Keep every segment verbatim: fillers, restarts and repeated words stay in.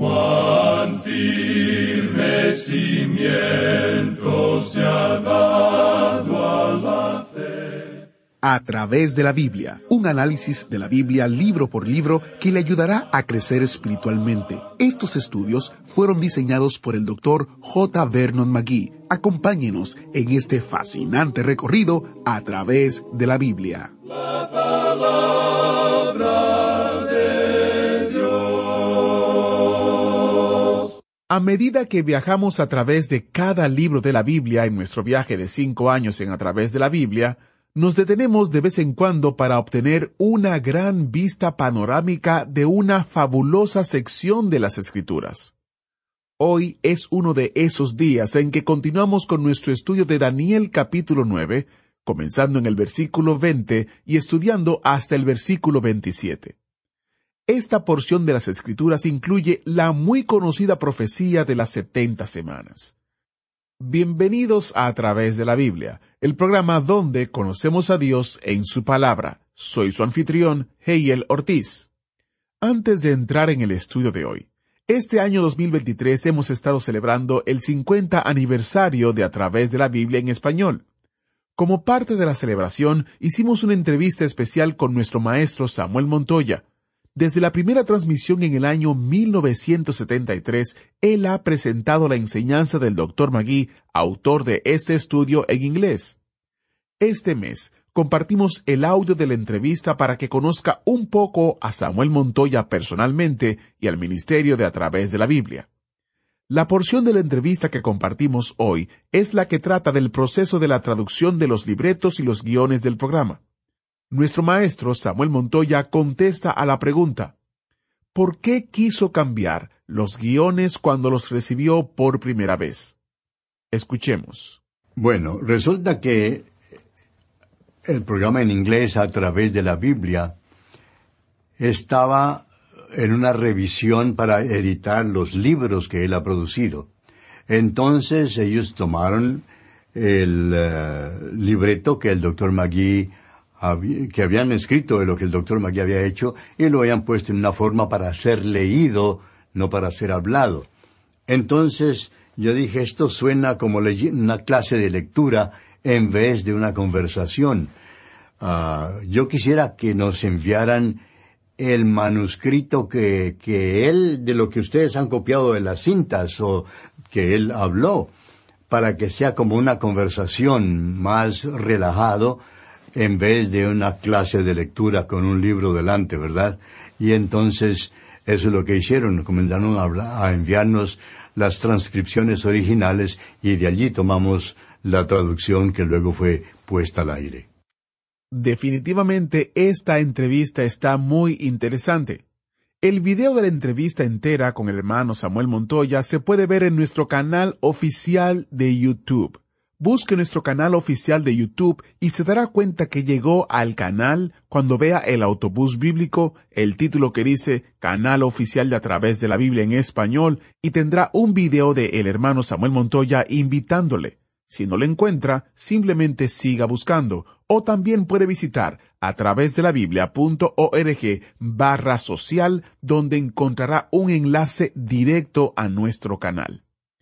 Cuán firme cimiento se ha dado a la fe. A través de la Biblia, un análisis de la Biblia libro por libro que le ayudará a crecer espiritualmente. Estos estudios fueron diseñados por el doctor J. Vernon McGee. Acompáñenos en este fascinante recorrido a través de la Biblia. La palabra de Dios. A medida que viajamos a través de cada libro de la Biblia en nuestro viaje de cinco años en A través de la Biblia, nos detenemos de vez en cuando para obtener una gran vista panorámica de una fabulosa sección de las Escrituras. Hoy es uno de esos días en que continuamos con nuestro estudio de Daniel capítulo nueve, comenzando en el versículo veinte y estudiando hasta el versículo veintisiete. Esta porción de las Escrituras incluye la muy conocida profecía de las setenta semanas. Bienvenidos a A través de la Biblia, el programa donde conocemos a Dios en su palabra. Soy su anfitrión, Heiel Ortiz. Antes de entrar en el estudio de hoy, este año dos mil veintitrés hemos estado celebrando el cincuenta aniversario de A través de la Biblia en español. Como parte de la celebración, hicimos una entrevista especial con nuestro maestro Samuel Montoya. Desde la primera transmisión en el año mil novecientos setenta y tres, él ha presentado la enseñanza del doctor McGee, autor de este estudio en inglés. Este mes, compartimos el audio de la entrevista para que conozca un poco a Samuel Montoya personalmente y al ministerio de A través de la Biblia. La porción de la entrevista que compartimos hoy es la que trata del proceso de la traducción de los libretos y los guiones del programa. Nuestro maestro Samuel Montoya contesta a la pregunta: ¿por qué quiso cambiar los guiones cuando los recibió por primera vez? Escuchemos. Bueno, resulta que el programa en inglés A través de la Biblia estaba en una revisión para editar los libros que él ha producido. Entonces ellos tomaron el uh, libreto que el doctor McGee que habían escrito de lo que el doctor McGee había hecho y lo habían puesto en una forma para ser leído, no para ser hablado. Entonces yo dije, esto suena como una clase de lectura en vez de una conversación. Uh, yo quisiera que nos enviaran el manuscrito que, que él, de lo que ustedes han copiado de las cintas o que él habló, para que sea como una conversación más relajado, en vez de una clase de lectura con un libro delante, ¿verdad? Y entonces, eso es lo que hicieron, comenzaron a, hablar, a enviarnos las transcripciones originales y de allí tomamos la traducción que luego fue puesta al aire. Definitivamente esta entrevista está muy interesante. El video de la entrevista entera con el hermano Samuel Montoya se puede ver en nuestro canal oficial de YouTube. Busque nuestro canal oficial de YouTube y se dará cuenta que llegó al canal cuando vea el autobús bíblico, el título que dice Canal Oficial de A través de la Biblia en español, y tendrá un video de el hermano Samuel Montoya invitándole. Si no lo encuentra, simplemente siga buscando, o también puede visitar a través de la biblia punto org barra social, donde encontrará un enlace directo a nuestro canal.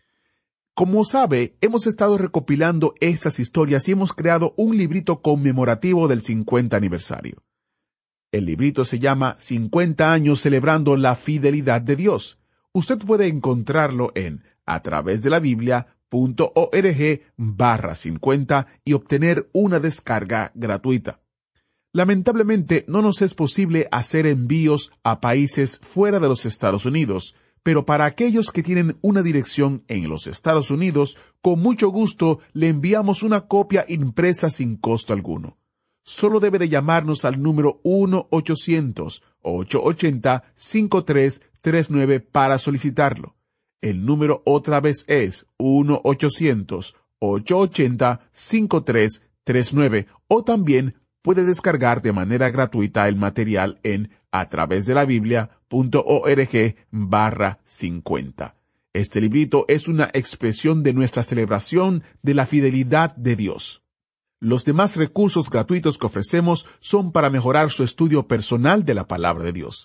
Como sabe, hemos estado recopilando estas historias y hemos creado un librito conmemorativo del cincuenta aniversario. El librito se llama cincuenta años celebrando la fidelidad de Dios. Usted puede encontrarlo en a través de la biblia punto org barra cincuenta y obtener una descarga gratuita. Lamentablemente no nos es posible hacer envíos a países fuera de los Estados Unidos, pero para aquellos que tienen una dirección en los Estados Unidos, con mucho gusto le enviamos una copia impresa sin costo alguno. Solo debe de llamarnos al número uno ochocientos, ochocientos ochenta, cincuenta y tres treinta y nueve para solicitarlo. El número otra vez es uno ochocientos, ochocientos ochenta, cincuenta y tres treinta y nueve o también puede descargar de manera gratuita el material en a través de la biblia punto org barra cincuenta. Este librito es una expresión de nuestra celebración de la fidelidad de Dios. Los demás recursos gratuitos que ofrecemos son para mejorar su estudio personal de la palabra de Dios.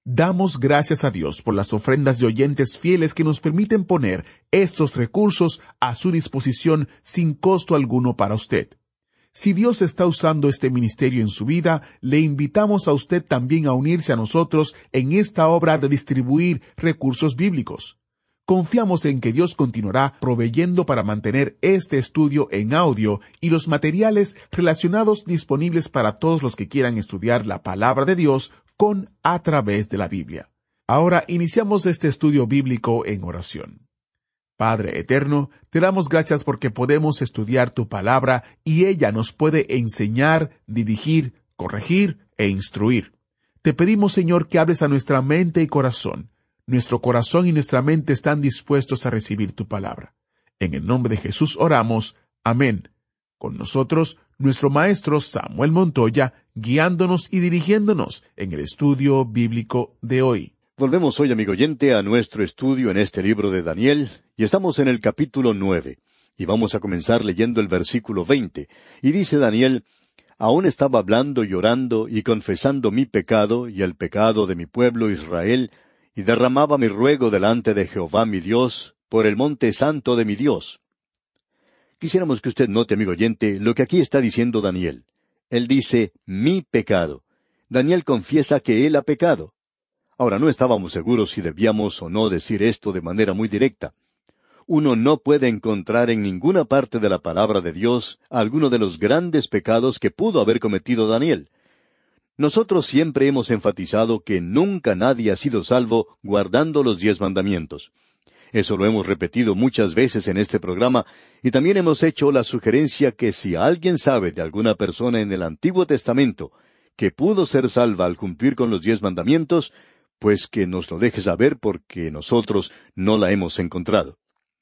Damos gracias a Dios por las ofrendas de oyentes fieles que nos permiten poner estos recursos a su disposición sin costo alguno para usted. Si Dios está usando este ministerio en su vida, le invitamos a usted también a unirse a nosotros en esta obra de distribuir recursos bíblicos. Confiamos en que Dios continuará proveyendo para mantener este estudio en audio y los materiales relacionados disponibles para todos los que quieran estudiar la palabra de Dios con a través de la Biblia. Ahora iniciamos este estudio bíblico en oración. Padre eterno, te damos gracias porque podemos estudiar tu palabra y ella nos puede enseñar, dirigir, corregir e instruir. Te pedimos, Señor, que hables a nuestra mente y corazón. Nuestro corazón y nuestra mente están dispuestos a recibir tu palabra. En el nombre de Jesús oramos. Amén. Con nosotros, nuestro maestro Samuel Montoya, guiándonos y dirigiéndonos en el estudio bíblico de hoy. Volvemos hoy, amigo oyente, a nuestro estudio en este libro de Daniel, y estamos en el capítulo nueve, y vamos a comenzar leyendo el versículo veinte, y dice Daniel: Aún estaba hablando y orando y confesando mi pecado y el pecado de mi pueblo Israel, y derramaba mi ruego delante de Jehová mi Dios, por el monte santo de mi Dios. Quisiéramos que usted note, amigo oyente, lo que aquí está diciendo Daniel. Él dice, mi pecado. Daniel confiesa que él ha pecado. Ahora, no estábamos seguros si debíamos o no decir esto de manera muy directa. Uno no puede encontrar en ninguna parte de la palabra de Dios alguno de los grandes pecados que pudo haber cometido Daniel. Nosotros siempre hemos enfatizado que nunca nadie ha sido salvo guardando los diez mandamientos. Eso lo hemos repetido muchas veces en este programa, y también hemos hecho la sugerencia que si alguien sabe de alguna persona en el Antiguo Testamento que pudo ser salva al cumplir con los diez mandamientos, pues que nos lo deje saber porque nosotros no la hemos encontrado.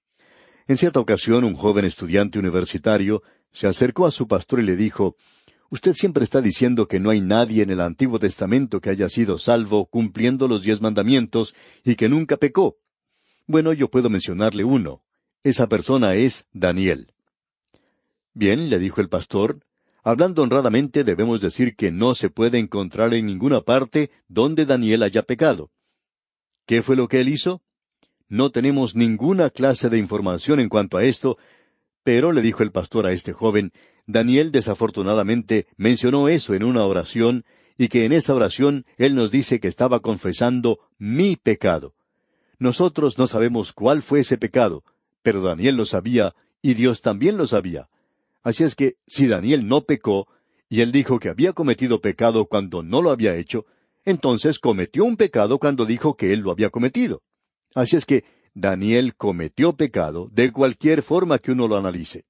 En cierta ocasión, un joven estudiante universitario se acercó a su pastor y le dijo: «Usted siempre está diciendo que no hay nadie en el Antiguo Testamento que haya sido salvo cumpliendo los diez mandamientos y que nunca pecó. Bueno, yo puedo mencionarle uno. Esa persona es Daniel». «Bien», le dijo el pastor, «hablando honradamente debemos decir que no se puede encontrar en ninguna parte donde Daniel haya pecado». ¿Qué fue lo que él hizo? No tenemos ninguna clase de información en cuanto a esto, pero, le dijo el pastor a este joven, Daniel desafortunadamente mencionó eso en una oración, y que en esa oración él nos dice que estaba confesando mi pecado. Nosotros no sabemos cuál fue ese pecado, pero Daniel lo sabía, y Dios también lo sabía. Así es que, si Daniel no pecó, y él dijo que había cometido pecado cuando no lo había hecho, entonces cometió un pecado cuando dijo que él lo había cometido. Así es que Daniel cometió pecado de cualquier forma que uno lo analice.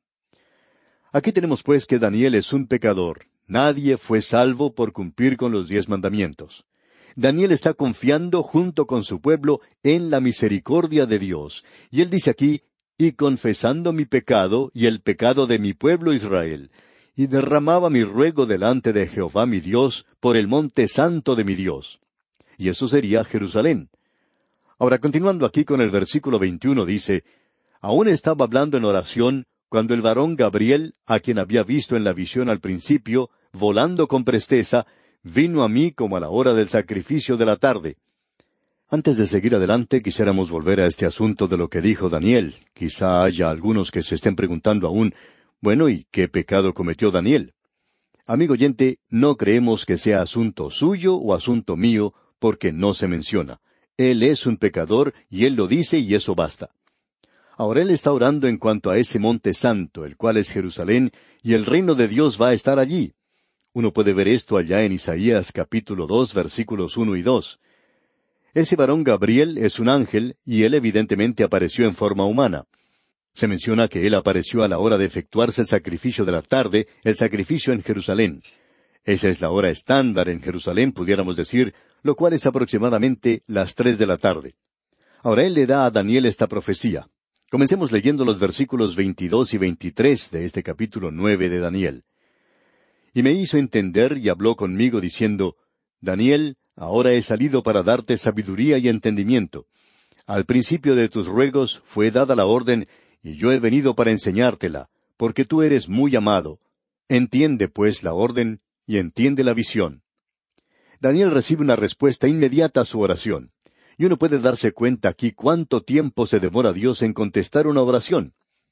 Aquí tenemos pues que Daniel es un pecador. Nadie fue salvo por cumplir con los diez mandamientos. Daniel está confiando junto con su pueblo en la misericordia de Dios. Y él dice aquí, «Y confesando mi pecado y el pecado de mi pueblo Israel, y derramaba mi ruego delante de Jehová mi Dios por el monte santo de mi Dios». Y eso sería Jerusalén. Ahora, continuando aquí con el versículo veintiuno, dice, «Aún estaba hablando en oración, cuando el varón Gabriel, a quien había visto en la visión al principio, volando con presteza, vino a mí como a la hora del sacrificio de la tarde». Antes de seguir adelante, quisiéramos volver a este asunto de lo que dijo Daniel. Quizá haya algunos que se estén preguntando aún, bueno, ¿y qué pecado cometió Daniel? Amigo oyente, no creemos que sea asunto suyo o asunto mío, porque no se menciona. Él es un pecador, y él lo dice, y eso basta. Ahora él está orando en cuanto a ese monte santo, el cual es Jerusalén, y el reino de Dios va a estar allí. Uno puede ver esto allá en Isaías capítulo dos, versículos uno y dos. Ese varón Gabriel es un ángel, y él evidentemente apareció en forma humana. Se menciona que él apareció a la hora de efectuarse el sacrificio de la tarde, el sacrificio en Jerusalén. Esa es la hora estándar en Jerusalén, pudiéramos decir, lo cual es aproximadamente las tres de la tarde. Ahora él le da a Daniel esta profecía. Comencemos leyendo los versículos veintidós y veintitrés de este capítulo nueve de Daniel. «Y me hizo entender y habló conmigo diciendo, Daniel, ahora he salido para darte sabiduría y entendimiento. Al principio de tus ruegos fue dada la orden, y yo he venido para enseñártela, porque tú eres muy amado. Entiende, pues, la orden, y entiende la visión». Daniel recibe una respuesta inmediata a su oración. Y uno puede darse cuenta aquí cuánto tiempo se demora Dios en contestar una oración.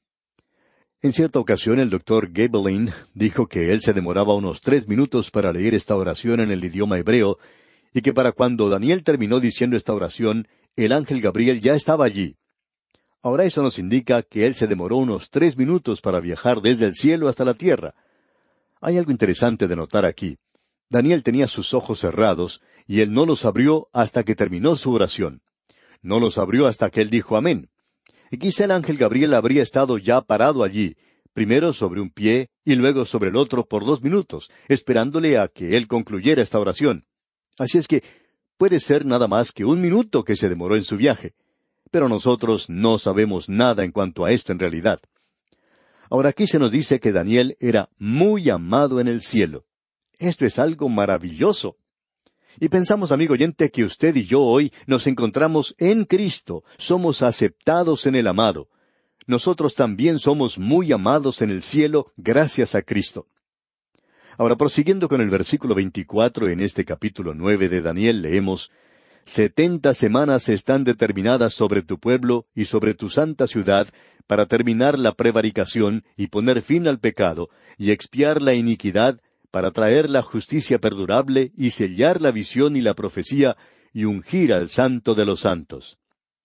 En cierta ocasión el doctor Gaebelein dijo que él se demoraba unos tres minutos para leer esta oración en el idioma hebreo, y que para cuando Daniel terminó diciendo esta oración, el ángel Gabriel ya estaba allí. Ahora eso nos indica que él se demoró unos tres minutos para viajar desde el cielo hasta la tierra. Hay algo interesante de notar aquí. Daniel tenía sus ojos cerrados, y él no los abrió hasta que terminó su oración. No los abrió hasta que él dijo amén. Y quizá el ángel Gabriel habría estado ya parado allí, primero sobre un pie y luego sobre el otro por dos minutos, esperándole a que él concluyera esta oración. Así es que puede ser nada más que un minuto que se demoró en su viaje. Pero nosotros no sabemos nada en cuanto a esto en realidad. Ahora aquí se nos dice que Daniel era muy amado en el cielo. Esto es algo maravilloso. Y pensamos, amigo oyente, que usted y yo hoy nos encontramos en Cristo, somos aceptados en el amado. Nosotros también somos muy amados en el cielo gracias a Cristo. Ahora, prosiguiendo con el versículo veinticuatro en este capítulo nueve de Daniel, leemos: Setenta semanas están determinadas sobre tu pueblo y sobre tu santa ciudad para terminar la prevaricación y poner fin al pecado y expiar la iniquidad, para traer la justicia perdurable y sellar la visión y la profecía y ungir al santo de los santos.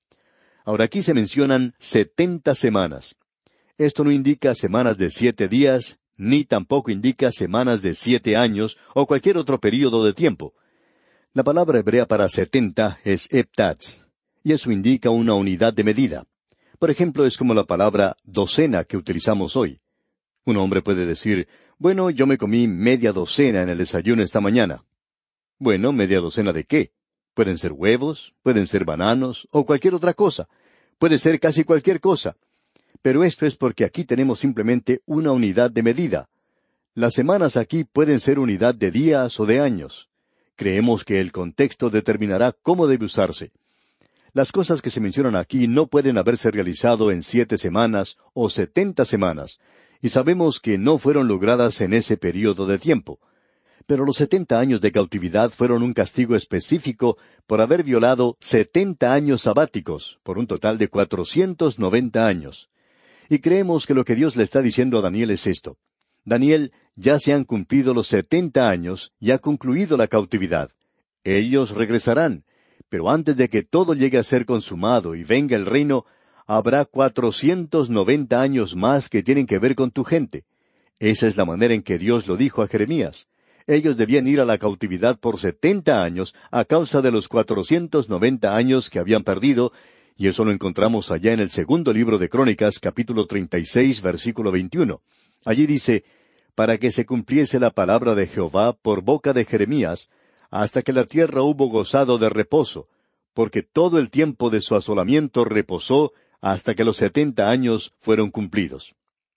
Ahora aquí se mencionan setenta semanas. Esto no indica semanas de siete días, ni tampoco indica semanas de siete años o cualquier otro período de tiempo. La palabra hebrea para setenta es heptatz, y eso indica una unidad de medida. Por ejemplo, es como la palabra docena que utilizamos hoy. Un hombre puede decir, bueno, yo me comí media docena en el desayuno esta mañana. Bueno, ¿media docena de qué? Pueden ser huevos, pueden ser bananos, o cualquier otra cosa. Puede ser casi cualquier cosa. Pero esto es porque aquí tenemos simplemente una unidad de medida. Las semanas aquí pueden ser unidad de días o de años. Creemos que el contexto determinará cómo debe usarse. Las cosas que se mencionan aquí no pueden haberse realizado en siete semanas o setenta semanas, y sabemos que no fueron logradas en ese período de tiempo. Pero los setenta años de cautividad fueron un castigo específico por haber violado setenta años sabáticos, por un total de cuatrocientos noventa años. Y creemos que lo que Dios le está diciendo a Daniel es esto: Daniel, ya se han cumplido los setenta años y ha concluido la cautividad. Ellos regresarán, pero antes de que todo llegue a ser consumado y venga el reino, habrá cuatrocientos noventa años más que tienen que ver con tu gente. Esa es la manera en que Dios lo dijo a Jeremías. Ellos debían ir a la cautividad por setenta años a causa de los cuatrocientos noventa años que habían perdido, y eso lo encontramos allá en el segundo libro de Crónicas, capítulo treinta y seis, versículo veintiuno. Allí dice, para que se cumpliese la palabra de Jehová por boca de Jeremías, hasta que la tierra hubo gozado de reposo, porque todo el tiempo de su asolamiento reposó hasta que los setenta años fueron cumplidos.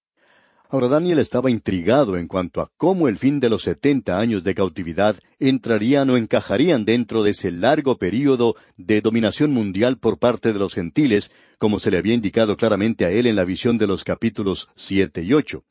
Ahora Daniel estaba intrigado en cuanto a cómo el fin de los setenta años de cautividad entrarían o encajarían dentro de ese largo período de dominación mundial por parte de los gentiles, como se le había indicado claramente a él en la visión de los capítulos siete y ocho.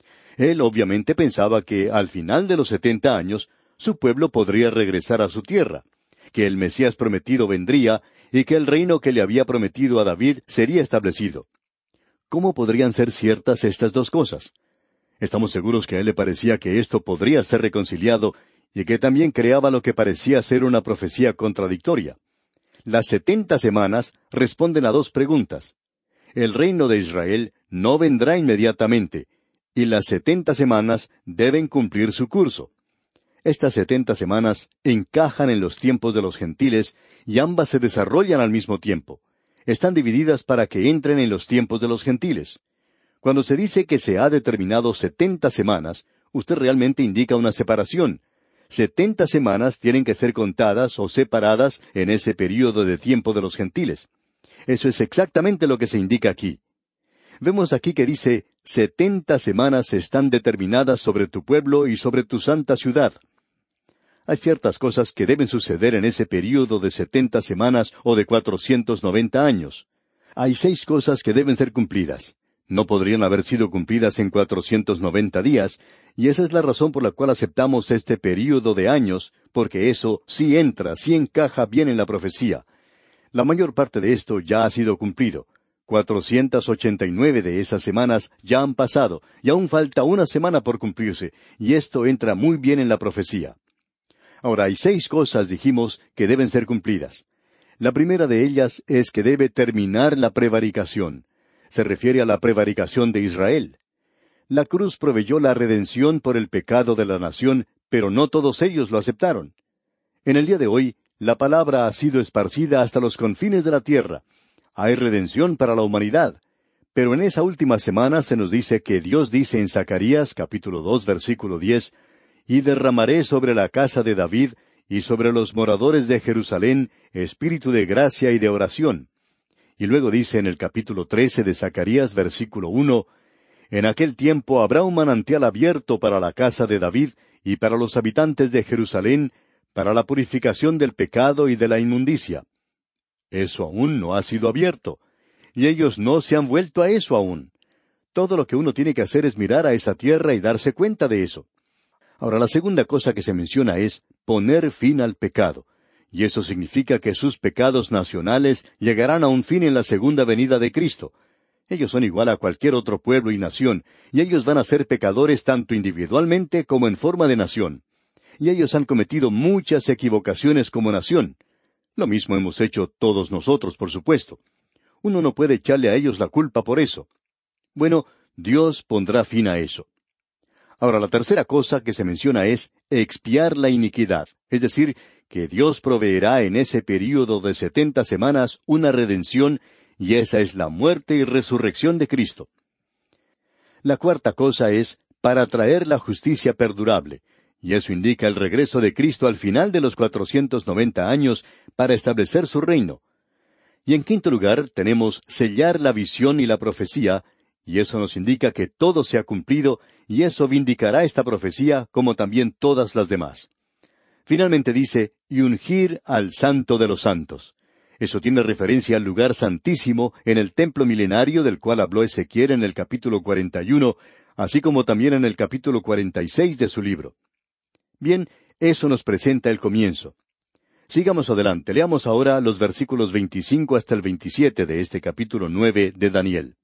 Él obviamente pensaba que al final de los setenta años, su pueblo podría regresar a su tierra, que el Mesías prometido vendría y que el reino que le había prometido a David sería establecido. ¿Cómo podrían ser ciertas estas dos cosas? Estamos seguros que a él le parecía que esto podría ser reconciliado y que también creaba lo que parecía ser una profecía contradictoria. Las setenta semanas responden a dos preguntas. El reino de Israel no vendrá inmediatamente, y las setenta semanas deben cumplir su curso. Estas setenta semanas encajan en los tiempos de los gentiles y ambas se desarrollan al mismo tiempo. Están divididas para que entren en los tiempos de los gentiles. Cuando se dice que se ha determinado setenta semanas, usted realmente indica una separación. Setenta semanas tienen que ser contadas o separadas en ese período de tiempo de los gentiles. Eso es exactamente lo que se indica aquí. Vemos aquí que dice, setenta semanas están determinadas sobre tu pueblo y sobre tu santa ciudad. Hay ciertas cosas que deben suceder en ese período de setenta semanas o de cuatrocientos noventa años. Hay seis cosas que deben ser cumplidas. No podrían haber sido cumplidas en cuatrocientos noventa días, y esa es la razón por la cual aceptamos este período de años, porque eso sí entra, sí encaja bien en la profecía. La mayor parte de esto ya ha sido cumplido. cuatrocientas ochenta y nueve de esas semanas ya han pasado, y aún falta una semana por cumplirse, y esto entra muy bien en la profecía. Ahora, hay seis cosas, dijimos, que deben ser cumplidas. La primera de ellas es que debe terminar la prevaricación. Se refiere a la prevaricación de Israel. La cruz proveyó la redención por el pecado de la nación, pero no todos ellos lo aceptaron. En el día de hoy, la palabra ha sido esparcida hasta los confines de la tierra. Hay redención para la humanidad. Pero en esa última semana se nos dice que Dios dice en Zacarías capítulo dos versículo diez, «Y derramaré sobre la casa de David y sobre los moradores de Jerusalén espíritu de gracia y de oración». Y luego dice en el capítulo trece de Zacarías versículo uno, «En aquel tiempo habrá un manantial abierto para la casa de David y para los habitantes de Jerusalén, para la purificación del pecado y de la inmundicia». Eso aún no ha sido abierto, y ellos no se han vuelto a eso aún. Todo lo que uno tiene que hacer es mirar a esa tierra y darse cuenta de eso. Ahora, la segunda cosa que se menciona es poner fin al pecado, y eso significa que sus pecados nacionales llegarán a un fin en la segunda venida de Cristo. Ellos son igual a cualquier otro pueblo y nación, y ellos van a ser pecadores tanto individualmente como en forma de nación. Y ellos han cometido muchas equivocaciones como nación. Lo mismo hemos hecho todos nosotros, por supuesto. Uno no puede echarle a ellos la culpa por eso. Bueno, Dios pondrá fin a eso. Ahora, la tercera cosa que se menciona es expiar la iniquidad, es decir, que Dios proveerá en ese período de setenta semanas una redención, y esa es la muerte y resurrección de Cristo. La cuarta cosa es para traer la justicia perdurable, y eso indica el regreso de Cristo al final de los cuatrocientos noventa años para establecer su reino. Y en quinto lugar tenemos sellar la visión y la profecía, y eso nos indica que todo se ha cumplido, y eso vindicará esta profecía como también todas las demás. Finalmente dice, y ungir al Santo de los Santos. Eso tiene referencia al lugar santísimo en el templo milenario del cual habló Ezequiel en el capítulo cuarenta y uno, así como también en el capítulo cuarenta y seis de su libro. Bien, eso nos presenta el comienzo. Sigamos adelante, leamos ahora los versículos veinticinco hasta el veintisiete de este capítulo nueve de Daniel.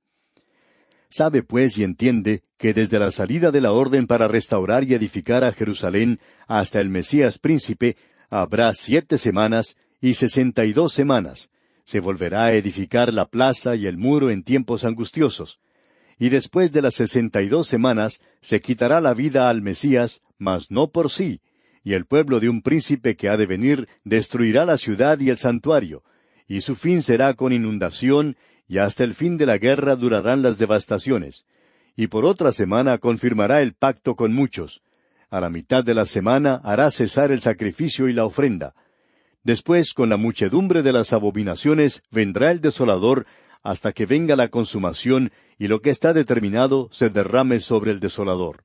Sabe pues y entiende que desde la salida de la orden para restaurar y edificar a Jerusalén hasta el Mesías príncipe habrá siete semanas y sesenta y dos semanas. Se volverá a edificar la plaza y el muro en tiempos angustiosos. Y después de las sesenta y dos semanas se quitará la vida al Mesías, mas no por sí, y el pueblo de un príncipe que ha de venir destruirá la ciudad y el santuario, y su fin será con inundación, y hasta el fin de la guerra durarán las devastaciones. Y por otra semana confirmará el pacto con muchos. A la mitad de la semana hará cesar el sacrificio y la ofrenda. Después, con la muchedumbre de las abominaciones, vendrá el desolador, hasta que venga la consumación, y lo que está determinado se derrame sobre el desolador.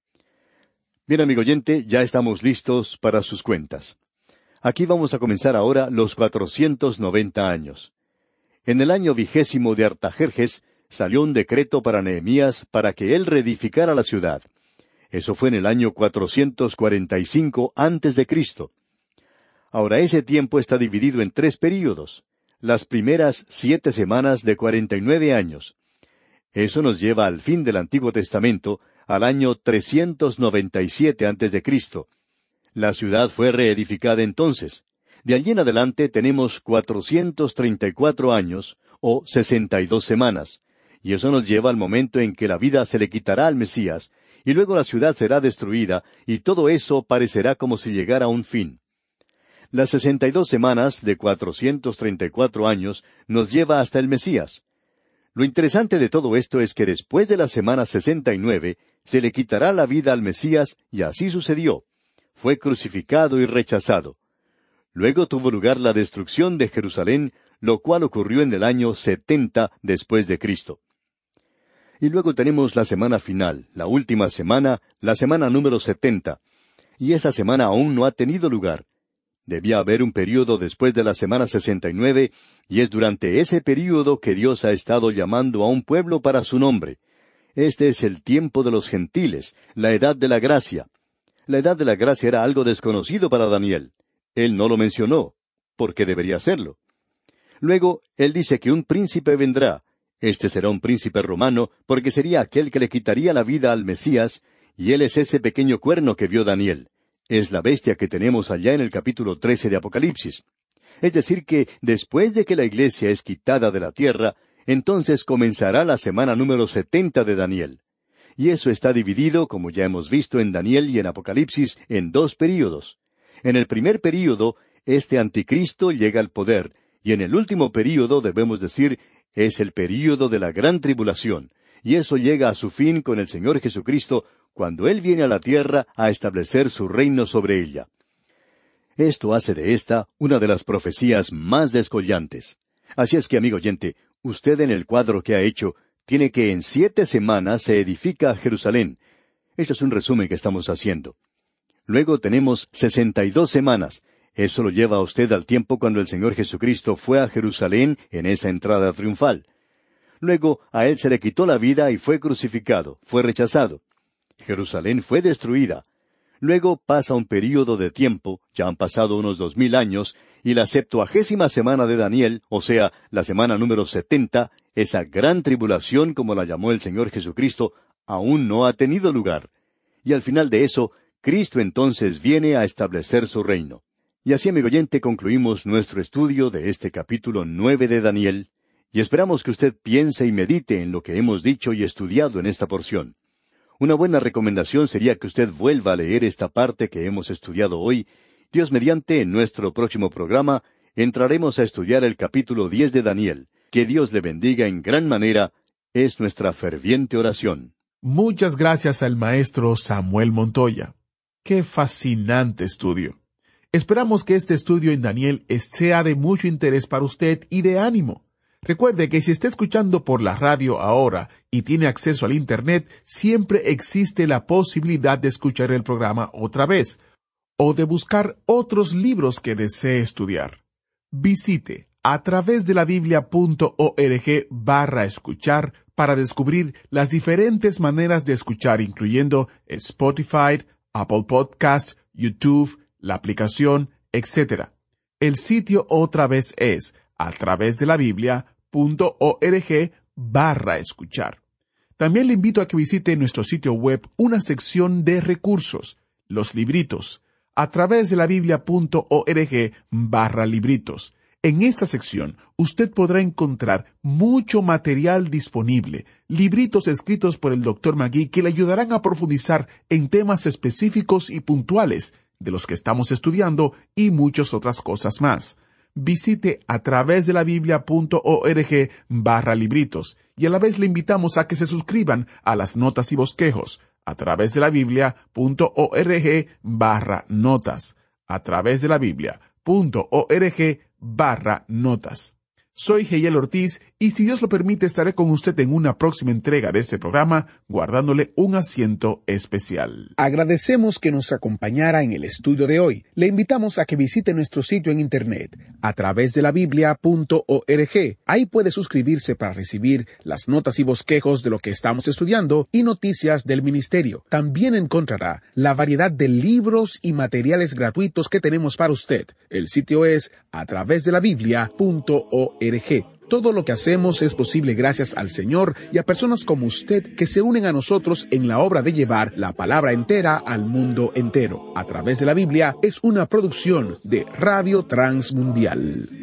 Bien, amigo oyente, ya estamos listos para sus cuentas. Aquí vamos a comenzar ahora los cuatrocientos noventa años. En el año vigésimo de Artajerjes salió un decreto para Nehemías para que él reedificara la ciudad. Eso fue en el año cuatrocientos cuarenta y cinco antes de Cristo. Ahora ese tiempo está dividido en tres períodos. Las primeras siete semanas de cuarenta y nueve años. Eso nos lleva al fin del Antiguo Testamento, al año trescientos noventa y siete antes de Cristo. La ciudad fue reedificada entonces. De allí en adelante tenemos cuatrocientos treinta y cuatro años, o sesenta y dos semanas, y eso nos lleva al momento en que la vida se le quitará al Mesías, y luego la ciudad será destruida, y todo eso parecerá como si llegara a un fin. Las sesenta y dos semanas de cuatrocientos treinta y cuatro años nos lleva hasta el Mesías. Lo interesante de todo esto es que después de la semana sesenta y nueve, se le quitará la vida al Mesías, y así sucedió. Fue crucificado y rechazado. Luego tuvo lugar la destrucción de Jerusalén, lo cual ocurrió en el año setenta después de Cristo. Y luego tenemos la semana final, la última semana, la semana número setenta. Y esa semana aún no ha tenido lugar. Debía haber un período después de la semana sesenta y nueve, y es durante ese período que Dios ha estado llamando a un pueblo para su nombre. Este es el tiempo de los gentiles, la edad de la gracia. La edad de la gracia era algo desconocido para Daniel. Él no lo mencionó, porque debería hacerlo. Luego, él dice que un príncipe vendrá. Este será un príncipe romano, porque sería aquel que le quitaría la vida al Mesías, y él es ese pequeño cuerno que vio Daniel. Es la bestia que tenemos allá en el capítulo trece de Apocalipsis. Es decir que, después de que la iglesia es quitada de la tierra, entonces comenzará la semana número setenta de Daniel. Y eso está dividido, como ya hemos visto en Daniel y en Apocalipsis, en dos períodos. En el primer período, este anticristo llega al poder, y en el último período, debemos decir, es el período de la gran tribulación, y eso llega a su fin con el Señor Jesucristo, cuando Él viene a la tierra a establecer su reino sobre ella. Esto hace de esta una de las profecías más descollantes. Así es que, amigo oyente, usted en el cuadro que ha hecho, tiene que en siete semanas se edifica Jerusalén. Esto es un resumen que estamos haciendo. Luego tenemos sesenta y dos semanas. Eso lo lleva a usted al tiempo cuando el Señor Jesucristo fue a Jerusalén en esa entrada triunfal. Luego a Él se le quitó la vida y fue crucificado, fue rechazado. Jerusalén fue destruida. Luego pasa un período de tiempo, ya han pasado unos dos mil años, y la septuagésima semana de Daniel, o sea, la semana número setenta, esa gran tribulación, como la llamó el Señor Jesucristo, aún no ha tenido lugar. Y al final de eso, Cristo entonces viene a establecer su reino. Y así, amigo oyente, concluimos nuestro estudio de este capítulo nueve de Daniel, y esperamos que usted piense y medite en lo que hemos dicho y estudiado en esta porción. Una buena recomendación sería que usted vuelva a leer esta parte que hemos estudiado hoy. Dios mediante, en nuestro próximo programa, entraremos a estudiar el capítulo diez de Daniel. Que Dios le bendiga en gran manera, es nuestra ferviente oración. Muchas gracias al maestro Samuel Montoya. ¡Qué fascinante estudio! Esperamos que este estudio en Daniel sea de mucho interés para usted y de ánimo. Recuerde que si está escuchando por la radio ahora y tiene acceso al Internet, siempre existe la posibilidad de escuchar el programa otra vez o de buscar otros libros que desee estudiar. Visite a través de la biblia punto org barra escuchar para descubrir las diferentes maneras de escuchar, incluyendo Spotify, Apple Podcasts, YouTube, la aplicación, etcétera. El sitio otra vez es a través de la biblia punto org barra escuchar. También le invito a que visite en nuestro sitio web una sección de recursos, los libritos, a través de la biblia punto org barra libritos. En esta sección, usted podrá encontrar mucho material disponible, libritos escritos por el doctor Magui que le ayudarán a profundizar en temas específicos y puntuales de los que estamos estudiando y muchas otras cosas más. Visite a través de la biblia punto org barra libritos y a la vez le invitamos a que se suscriban a las notas y bosquejos a través de la biblia punto org barra notas, a través de la biblia punto org barra notas. Soy Heiel Ortiz y si Dios lo permite estaré con usted en una próxima entrega de este programa guardándole un asiento especial. Agradecemos que nos acompañara en el estudio de hoy. Le invitamos a que visite nuestro sitio en Internet a través de la biblia punto org. Ahí puede suscribirse para recibir las notas y bosquejos de lo que estamos estudiando y noticias del ministerio. También encontrará la variedad de libros y materiales gratuitos que tenemos para usted. El sitio es a través de la biblia punto org. Todo lo que hacemos es posible gracias al Señor y a personas como usted que se unen a nosotros en la obra de llevar la palabra entera al mundo entero. A través de la Biblia es una producción de Radio Transmundial.